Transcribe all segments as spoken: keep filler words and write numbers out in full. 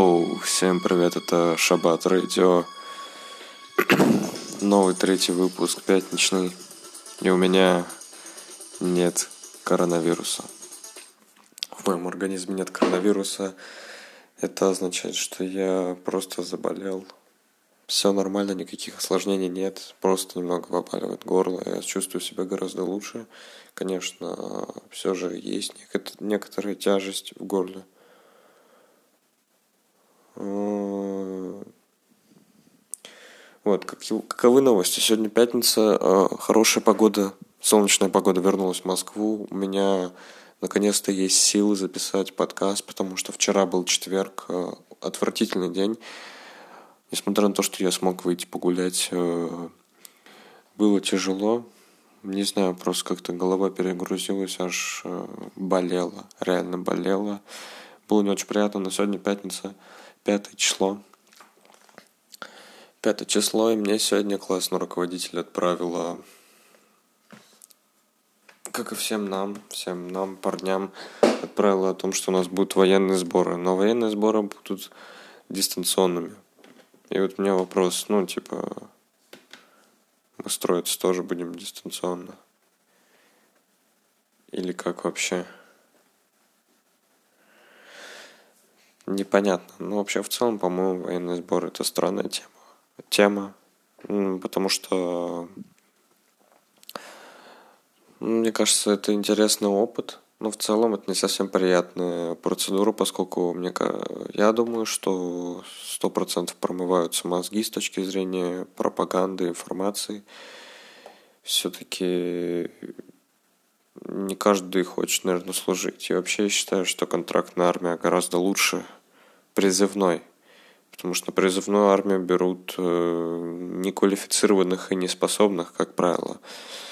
Йоу, всем привет, это Шаббат Радио. Новый третий выпуск, пятничный. И у меня нет коронавируса. В моем организме нет коронавируса. Это означает, что я просто заболел. Все нормально, никаких осложнений нет. Просто немного побаливает горло. Я чувствую себя гораздо лучше. Конечно, все же есть некоторая тяжесть в горле. Вот, каковы новости? Сегодня пятница, хорошая погода, солнечная погода, вернулась в Москву. У меня наконец-то есть силы записать подкаст, потому что вчера был четверг, отвратительный день. Несмотря на то, что я смог выйти погулять, было тяжело. Не знаю, просто как-то голова перегрузилась, аж болела, реально болела. Было не очень приятно, но сегодня пятница, пятое число. Пятое число, и мне сегодня классный руководитель отправила, как и всем нам, всем нам, парням, отправила о том, что у нас будут военные сборы. Но военные сборы будут дистанционными. И вот у меня вопрос, ну, типа, мы строиться тоже будем дистанционно? Или как вообще? Непонятно. Но вообще, в целом, по-моему, военные сборы – это странная тема. Тема, потому что, мне кажется, это интересный опыт, но в целом это не совсем приятная процедура, поскольку мне, я думаю, что сто процентов промываются мозги с точки зрения пропаганды, информации. Все-таки не каждый хочет, наверное, служить. И вообще я считаю, что контрактная армия гораздо лучше призывной. Потому что на призывную армию берут э, неквалифицированных и неспособных, как правило,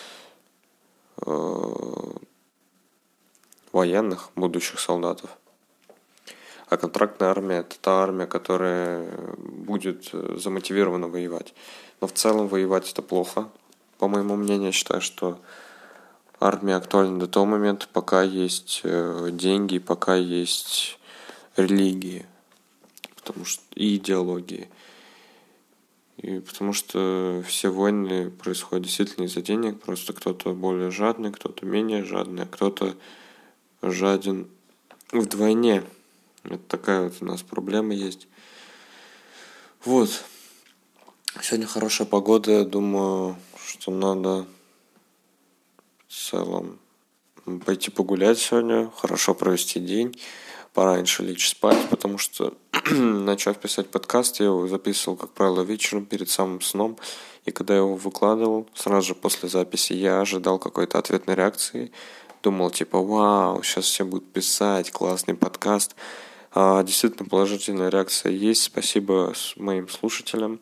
э, военных, будущих солдатов. А контрактная армия – это та армия, которая будет замотивирована воевать. Но в целом воевать – это плохо. По моему мнению, я считаю, что армия актуальна до того момента, пока есть э, деньги, пока есть религии. Потому что и идеологии. И потому что все войны происходят действительно из-за денег. Просто кто-то более жадный, кто-то менее жадный, а кто-то жаден вдвойне. Это такая вот у нас проблема есть. Вот. Сегодня хорошая погода. Я думаю, что надо в целом пойти погулять сегодня. Хорошо провести день. Пораньше лечь спать, потому что, начав писать подкаст, я его записывал, как правило, вечером перед самым сном. И когда я его выкладывал, сразу же после записи, я ожидал какой-то ответной реакции. Думал, типа, вау, сейчас все будут писать, классный подкаст. А, действительно, положительная реакция есть. Спасибо моим слушателям.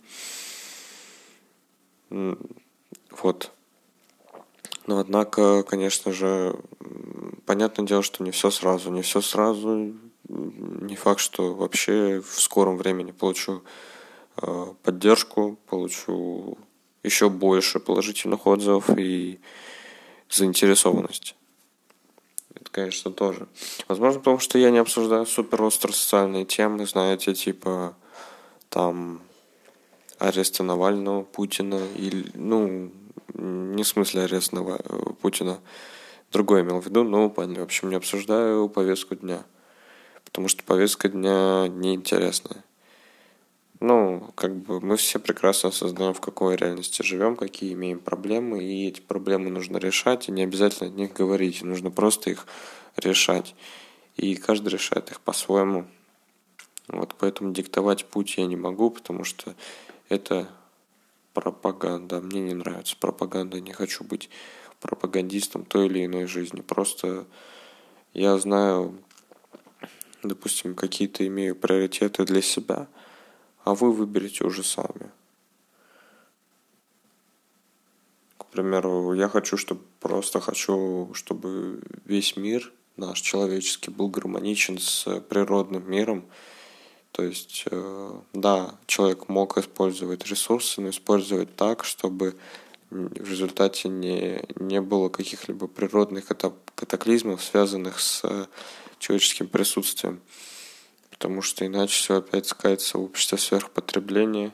Вот. Но, однако, конечно же, понятное дело, что не все сразу. Не все сразу. Не факт, что вообще в скором времени получу э, поддержку, получу еще больше положительных отзывов и заинтересованности. Это, конечно, тоже. Возможно, потому что я не обсуждаю супер остро социальные темы, знаете, типа там ареста Навального, Путина, или, ну, не в смысле ареста Навального, Путина, другое имел в виду, но поняли. В общем, не обсуждаю повестку дня. Потому что повестка дня неинтересная. Ну, как бы мы все прекрасно осознаем, в какой реальности живем, какие имеем проблемы, и эти проблемы нужно решать, и не обязательно о них говорить, нужно просто их решать. И каждый решает их по-своему. Вот, поэтому диктовать путь я не могу, потому что это пропаганда. Мне не нравится пропаганда, не хочу быть пропагандистом той или иной жизни. Просто я знаю, допустим, какие-то имею приоритеты для себя, а вы выберете уже сами. К примеру, я хочу, чтобы просто хочу, чтобы весь мир наш человеческий был гармоничен с природным миром. То есть, э, да, человек мог использовать ресурсы, но использовать так, чтобы в результате не, не было каких-либо природных катаклизмов, связанных с человеческим присутствием. потому что иначе все опять скатится в общество сверхпотребления,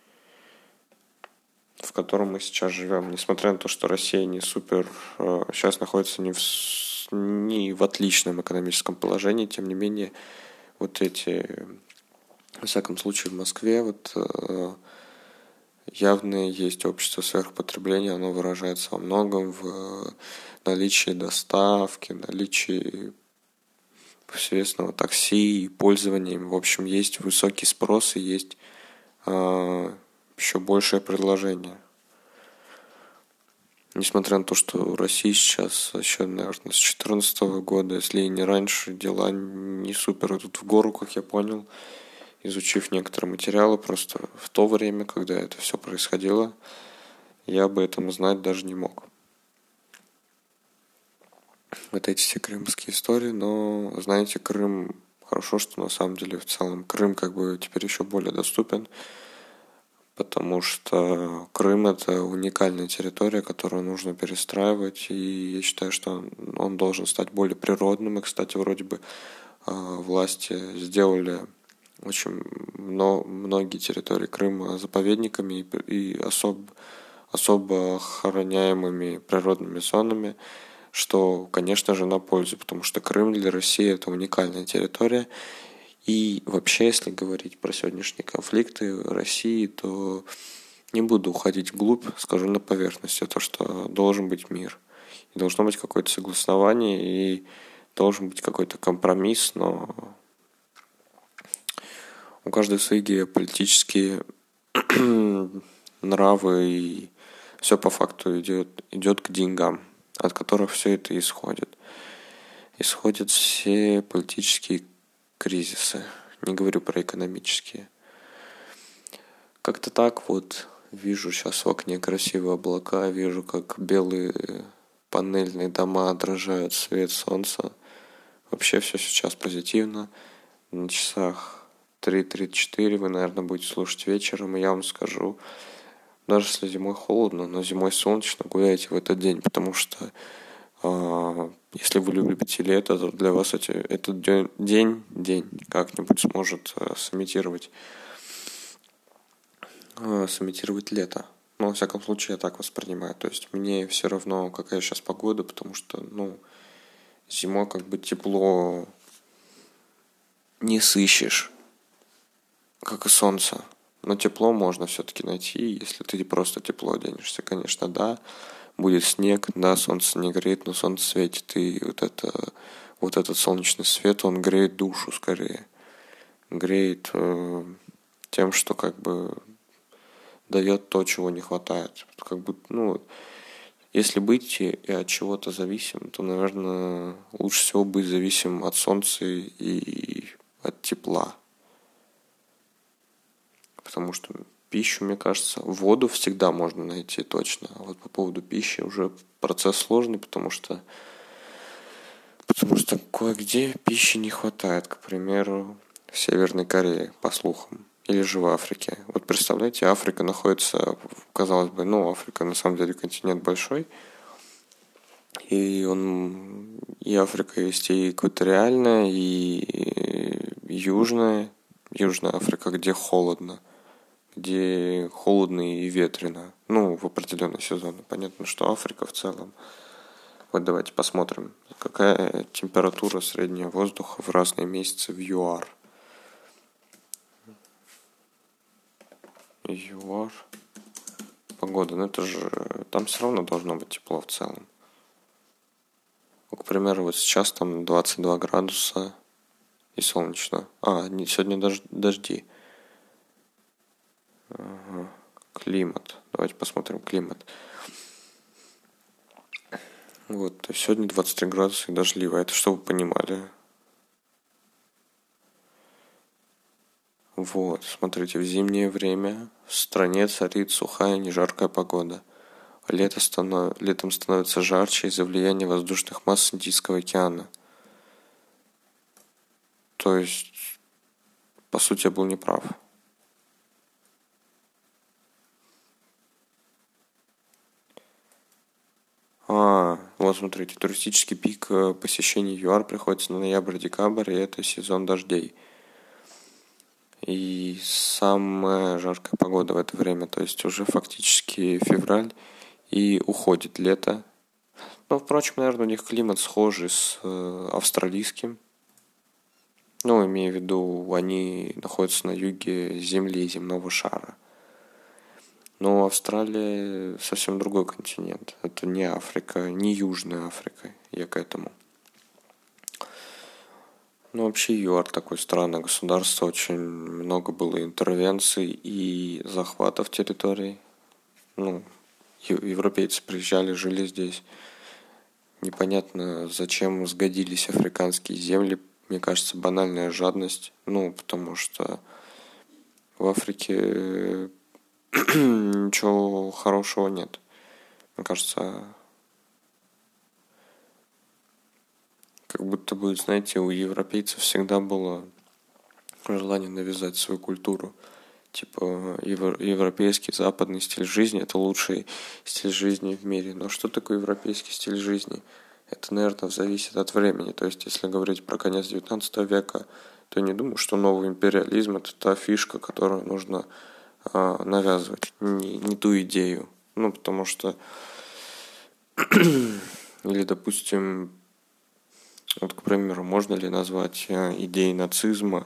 в котором мы сейчас живем. Несмотря на то, что Россия не супер, э, сейчас находится не в, не в отличном экономическом положении, тем не менее, вот эти, во всяком случае, в Москве, вот э, явно есть общество сверхпотребления, оно выражается во многом в наличии доставки, наличии повсеместного такси и пользования им. В общем, есть высокий спрос и есть э, еще большее предложение. Несмотря на то, что в России сейчас еще, наверное, с две тысячи четырнадцатого года, если и не раньше, дела не супер идут в гору, как я понял, изучив некоторые материалы, просто в то время, когда это все происходило, я об этом знать даже не мог. Вот эти все крымские истории, но, знаете, Крым, хорошо, что на самом деле в целом Крым как бы теперь еще более доступен, потому что Крым — это уникальная территория, которую нужно перестраивать, и я считаю, что он, он должен стать более природным, и, кстати, вроде бы э, власти сделали очень мно, многие территории Крыма заповедниками и, и особ, особо охраняемыми природными зонами, что, конечно же, на пользу, потому что Крым для России — это уникальная территория. И вообще, если говорить про сегодняшние конфликты России, то не буду уходить вглубь, скажу на поверхности, то, что должен быть мир. И должно быть какое-то согласование, и должен быть какой-то компромисс, но у каждой свои геополитические нравы, и все по факту идет, идет к деньгам, от которых все это исходит. Исходят все политические кризисы. Не говорю про экономические. Как-то так вот вижу сейчас в окне красивые облака, вижу, как белые панельные дома отражают свет солнца. Вообще все сейчас позитивно. На часах три тридцать четыре вы, наверное, будете слушать вечером, и я вам скажу, даже если зимой холодно, но зимой солнечно, гуляйте в этот день, потому что э, если вы любите лето, то для вас эти, этот день, день, день как-нибудь сможет э, сымитировать, э, сымитировать лето. Но, во всяком случае, я так воспринимаю. То есть мне все равно, какая сейчас погода, потому что, ну, зимой как бы тепло не сыщешь, как и солнце. Но тепло можно все-таки найти, если ты просто тепло оденешься. Конечно, да, будет снег, да, солнце не греет, но солнце светит, и вот, это, вот этот солнечный свет, он греет душу скорее. Греет э, тем, что как бы дает то, чего не хватает. Как бы, ну, если быть и от чего-то зависим, то, наверное, лучше всего быть зависимым от солнца и от тепла. Потому что пищу, мне кажется, воду всегда можно найти точно. А вот по поводу пищи уже процесс сложный, потому что потому что кое-где пищи не хватает, к примеру, в Северной Корее, по слухам, или же в Африке. Вот представляете, Африка находится, казалось бы, ну, Африка на самом деле континент большой, и он, и Африка есть и экваториальная, и южная, Южная Африка, где холодно, где холодно и ветрено, ну, в определенные сезоны. Понятно, что Африка в целом. Вот давайте посмотрим, какая температура средняя воздуха в разные месяцы в ЮАР. ЮАР. Погода, ну это же, там все равно должно быть тепло в целом. К примеру, вот сейчас там двадцать два градуса и солнечно. А, не, сегодня дож, дожди. Ага. Климат. Давайте посмотрим климат. Вот, то есть сегодня двадцать три градуса и дождливо. Это чтобы вы понимали. Вот, смотрите, в зимнее время в стране царит сухая, нежаркая погода. Лето станов... Летом становится жарче из-за влияния воздушных масс Индийского океана. То есть, по сути, я был неправ. А, вот смотрите, туристический пик посещений ЮАР приходится на ноябрь-декабрь, и это сезон дождей. и самая жаркая погода в это время, то есть уже фактически февраль, и уходит лето. Но, впрочем, наверное, у них климат схожий с э, австралийским. Ну, имею в виду, они находятся на юге Земли, земного шара. Но Австралия совсем другой континент. Это не Африка, не Южная Африка. Я к этому. Ну, вообще ЮАР такое странное государство. Очень много было интервенций и захватов территорий. Ну, европейцы приезжали, жили здесь. Непонятно, зачем сгодились африканские земли. Мне кажется, банальная жадность. Ну, потому что в Африке ничего хорошего нет. Мне кажется, как будто бы, знаете, у европейцев всегда было желание навязать свою культуру. Типа европейский западный стиль жизни – это лучший стиль жизни в мире. Но что такое европейский стиль жизни? Это, наверное, зависит от времени. То есть, если говорить про конец девятнадцатого века, то я не думаю, что новый империализм – это та фишка, которую нужно э, навязывать. Не, не ту идею. Ну, потому что... Или, допустим, вот, к примеру, можно ли назвать идеи нацизма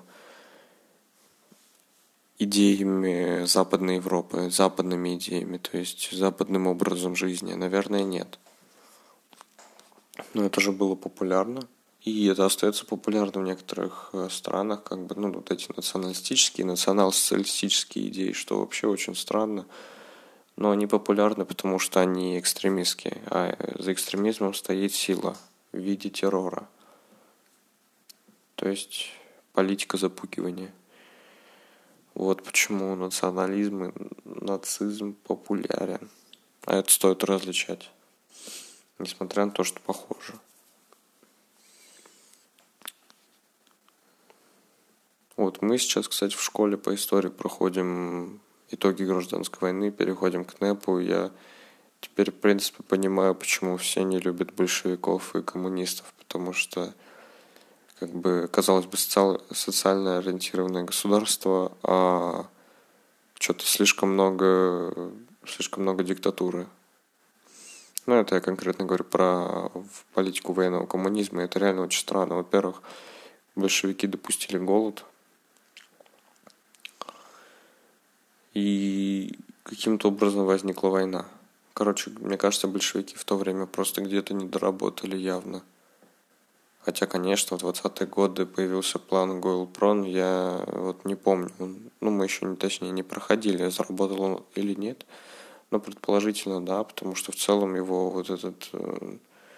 идеями Западной Европы, западными идеями, то есть западным образом жизни? Наверное, нет. Но это же было популярно. И это остается популярным в некоторых странах, как бы, ну, вот эти националистические, национал-социалистические идеи, что вообще очень странно. Но они популярны, потому что они экстремистские, а за экстремизмом стоит сила в виде террора. То есть политика запугивания. Вот почему национализм и нацизм популярен. А это стоит различать, несмотря на то, что похоже. Вот мы сейчас, кстати, в школе по истории проходим итоги гражданской войны, переходим к НЭПу. Я теперь, в принципе, понимаю, почему все не любят большевиков и коммунистов, потому что, как бы, казалось бы, социально ориентированное государство, а что-то слишком много, слишком много диктатуры. Ну, это я конкретно говорю про политику военного коммунизма. Это реально очень странно. Во-первых, большевики допустили голод. И каким-то образом возникла война. Короче, мне кажется, большевики в то время просто где-то не доработали явно. Хотя, конечно, в двадцатые годы появился план Гойл-Прон, я вот не помню. Ну, мы еще, не, точнее, не проходили, заработал он или нет. Но предположительно, да, потому что в целом его вот этот э,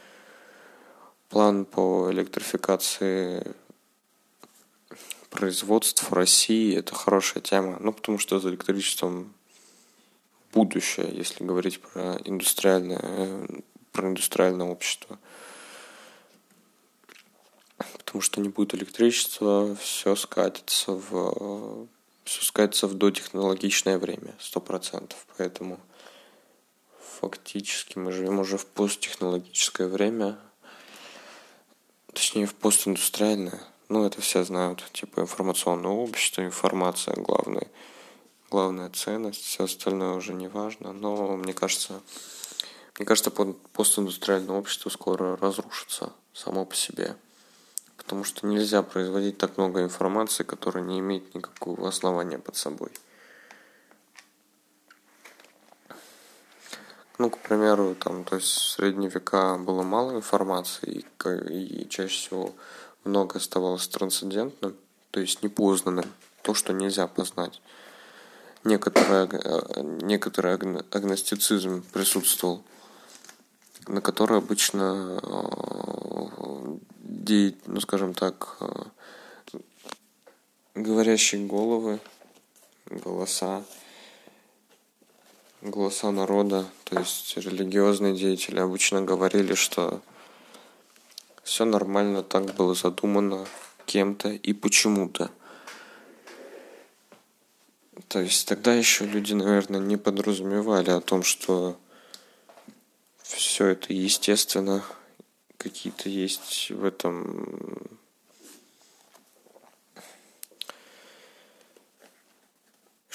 план по электрификации производств в России – это хорошая тема. Ну, потому что за электричеством будущее, если говорить про индустриальное, про индустриальное общество. Потому что не будет электричества, все скатится в все скатится в дотехнологичное время, сто процентов. Поэтому фактически мы живем уже в посттехнологическое время, точнее в постиндустриальное. Ну, это все знают, типа информационное общество, информация главная, главная ценность, все остальное уже не важно. Но мне кажется, мне кажется, постиндустриальное общество скоро разрушится само по себе. Потому что нельзя производить так много информации, которая не имеет никакого основания под собой. Ну, к примеру, там, то есть в средние века было мало информации, и, и чаще всего много оставалось трансцендентным, то есть непознанным, то, что нельзя познать. Некоторый, некоторый агностицизм присутствовал, на который обычно, ну, скажем так, говорящие головы, голоса, голоса народа, то есть религиозные деятели обычно говорили, что все нормально, так было задумано кем-то и почему-то. То есть тогда еще люди, наверное, не подразумевали о том, что все это естественно, какие-то есть в этом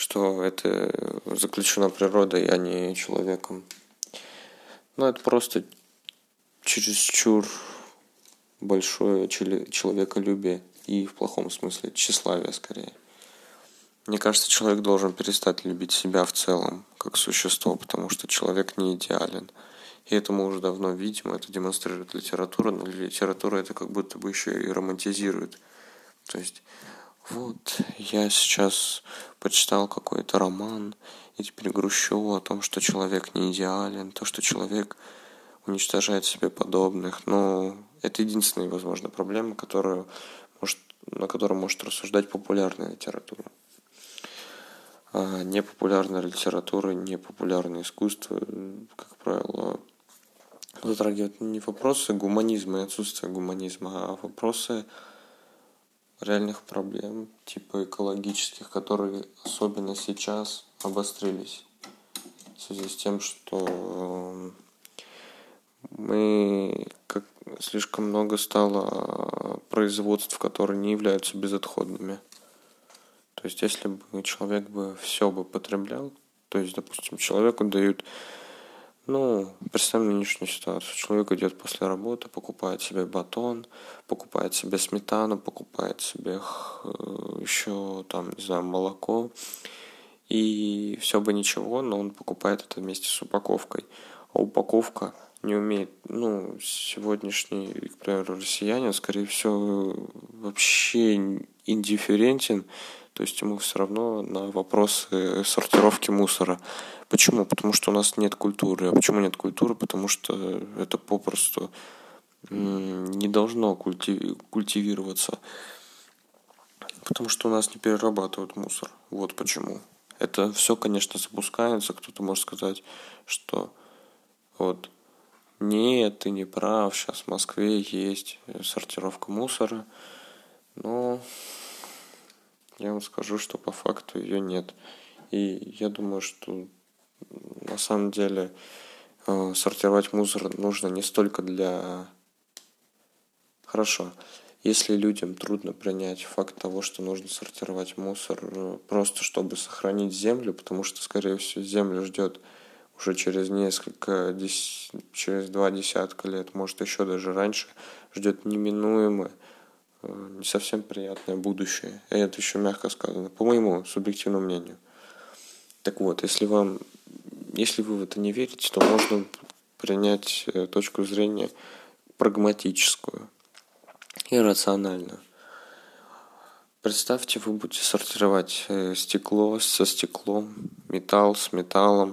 что это заключено природой, а не человеком. Но это просто чересчур большое человеколюбие и в плохом смысле тщеславие скорее. Мне кажется, человек должен перестать любить себя в целом, как существо, потому что человек не идеален. И это мы уже давно видим, это демонстрирует литература, но литература это как будто бы еще и романтизирует. То есть, вот, я сейчас почитал какой-то роман, и теперь грущу о том, что человек не идеален, то, что человек уничтожает себе подобных. Но это единственная, возможно, проблема, которую может, на которую может рассуждать популярная литература. А непопулярная литература, непопулярное искусство, как правило, затрагивают не вопросы гуманизма и отсутствия гуманизма, а вопросы реальных проблем, типа экологических, которые особенно сейчас обострились в связи с тем, что мы как слишком много стало производств, которые не являются безотходными. То есть, если бы человек бы все бы потреблял, то есть, допустим, человеку дают, ну, представим нынешнюю ситуацию. Человек идет после работы, покупает себе батон, покупает себе сметану, покупает себе еще, там, не знаю, молоко. И все бы ничего, но он покупает это вместе с упаковкой. А упаковка не умеет, ну, сегодняшний, к примеру, россиянин, скорее всего, вообще индифферентен. То есть ему все равно на вопросы сортировки мусора. Почему? Потому что у нас нет культуры. А почему нет культуры? Потому что это попросту не должно культи- культивироваться. Потому что у нас не перерабатывают мусор. Вот почему. Это все, конечно, запускается. Кто-то может сказать, что вот нет, ты не прав, сейчас в Москве есть сортировка мусора. Но я вам скажу, что по факту ее нет. И я думаю, что на самом деле э, сортировать мусор нужно не столько для... Хорошо, если людям трудно принять факт того, что нужно сортировать мусор просто чтобы сохранить землю, потому что, скорее всего, землю ждет уже через несколько, через два десятка лет, может еще даже раньше, ждет неминуемое, не совсем приятное будущее. И это еще мягко сказано, по моему субъективному мнению. Так вот, если вам, если вы в это не верите, то можно принять точку зрения прагматическую и рациональную. Представьте, вы будете сортировать стекло со стеклом, металл с металлом,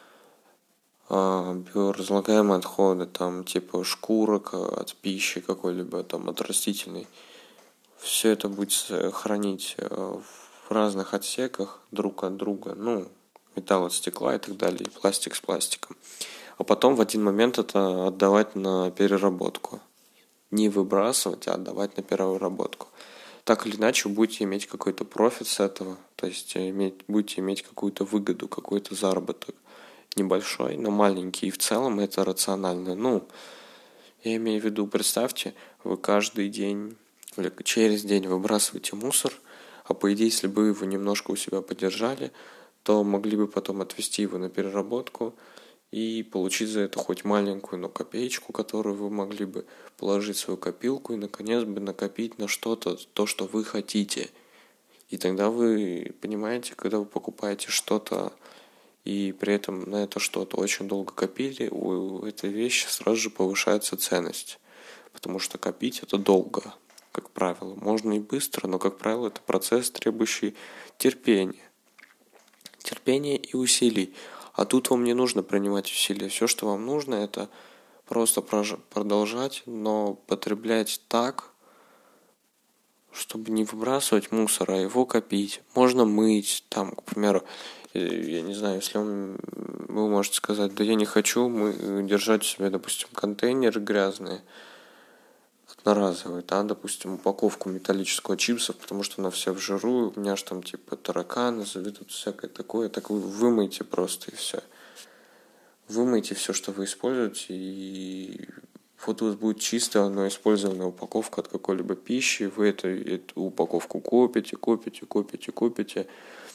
биоразлагаемые отходы, там типа шкурок от пищи какой-либо, там от растительной. Все это будете хранить в разных отсеках друг от друга, ну, металл от стекла и так далее, и пластик с пластиком. А потом в один момент это отдавать на переработку. Не выбрасывать, а отдавать на переработку. Так или иначе, вы будете иметь какой-то профит с этого, то есть иметь, будете иметь какую-то выгоду, какой-то заработок. Небольшой, но маленький, и в целом это рационально. Ну, я имею в виду, представьте, вы каждый день или через день выбрасываете мусор, а по идее, если бы вы его немножко у себя подержали, то могли бы потом отвезти его на переработку и получить за это хоть маленькую, но копеечку, которую вы могли бы положить в свою копилку и, наконец, бы накопить на что-то, то, что вы хотите. И тогда вы понимаете, когда вы покупаете что-то, и при этом на это что-то очень долго копили, у этой вещи сразу же повышается ценность. Потому что копить это долго, как правило. Можно и быстро, но, как правило, это процесс, требующий терпения. Терпения и усилий. А тут вам не нужно принимать усилия. Все, что вам нужно, это просто продолжать, но потреблять так, чтобы не выбрасывать мусор, а его копить. Можно мыть, там, к примеру, я не знаю, если он, вы можете сказать, да я не хочу мы держать у себя, допустим, контейнеры грязные, одноразовые, да, допустим, упаковку металлического чипсов, потому что она вся в жиру, у меня же там типа тараканы, заведут всякое такое, так вы вымойте просто и все. Вымойте все, что вы используете, и вот у вас будет чистая, но использованная упаковка от какой-либо пищи, вы эту, эту упаковку копите, копите, копите, копите,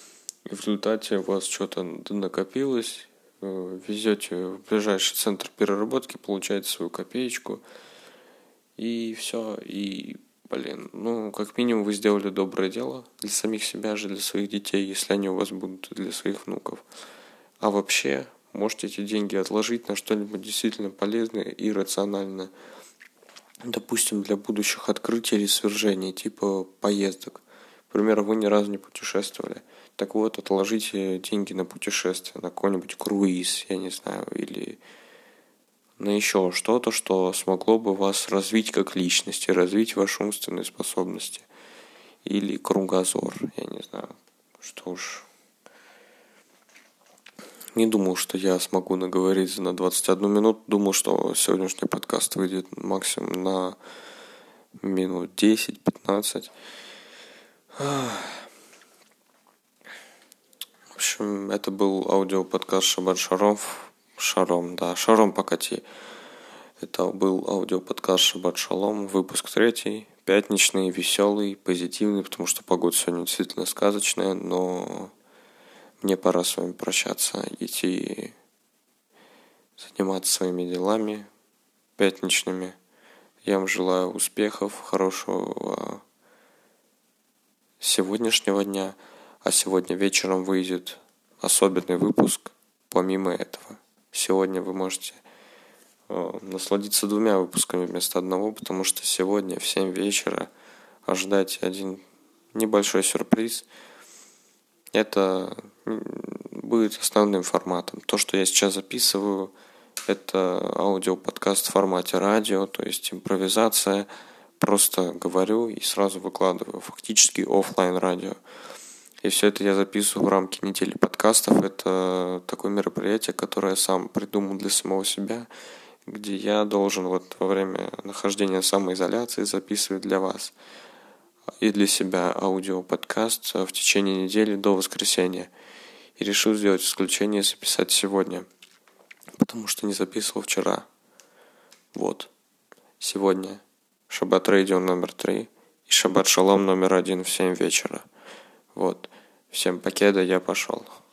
и в результате у вас что-то накопилось, везете в ближайший центр переработки, получаете свою копеечку, и все, и, блин, ну, как минимум вы сделали доброе дело для самих себя же, для своих детей, если они у вас будут, для своих внуков. А вообще, можете эти деньги отложить на что-нибудь действительно полезное и рациональное. Допустим, для будущих открытий или свержений, типа поездок. К примеру, вы ни разу не путешествовали. Так вот, отложите деньги на путешествие, на какой-нибудь круиз, я не знаю, или на еще что-то, что смогло бы вас развить как личность и развить ваши умственные способности. Или кругозор, я не знаю, что уж. Не думал, что я смогу наговорить на двадцать одну минуту. Думал, что сегодняшний подкаст выйдет максимум на минут десять-пятнадцать. В общем, это был аудиоподкаст Шаббат Шалом. Шалом, да, Шалом покати. Это был аудиоподкаст Шаббат Шалом, выпуск третий, пятничный, веселый, позитивный, потому что погода сегодня действительно сказочная, но мне пора с вами прощаться, идти заниматься своими делами пятничными. Я вам желаю успехов, хорошего сегодняшнего дня, а сегодня вечером выйдет особенный выпуск помимо этого. Сегодня вы можете э, насладиться двумя выпусками вместо одного, потому что сегодня в семь вечера ожидайте один небольшой сюрприз. Это будет основным форматом. То, что я сейчас записываю, это аудиоподкаст в формате радио, то есть импровизация. Просто говорю и сразу выкладываю. Фактически офлайн радио. И все это я записываю в рамки недели подкастов. Это такое мероприятие, которое я сам придумал для самого себя, где я должен вот во время нахождения самоизоляции записывать для вас и для себя аудиоподкаст в течение недели до воскресенья. И решил сделать исключение и записать сегодня, потому что не записывал вчера. Вот. Сегодня Шаббат Радио номер три и Шаббат Шалом номер один в семь вечера. Вот. Всем покеда, я пошел.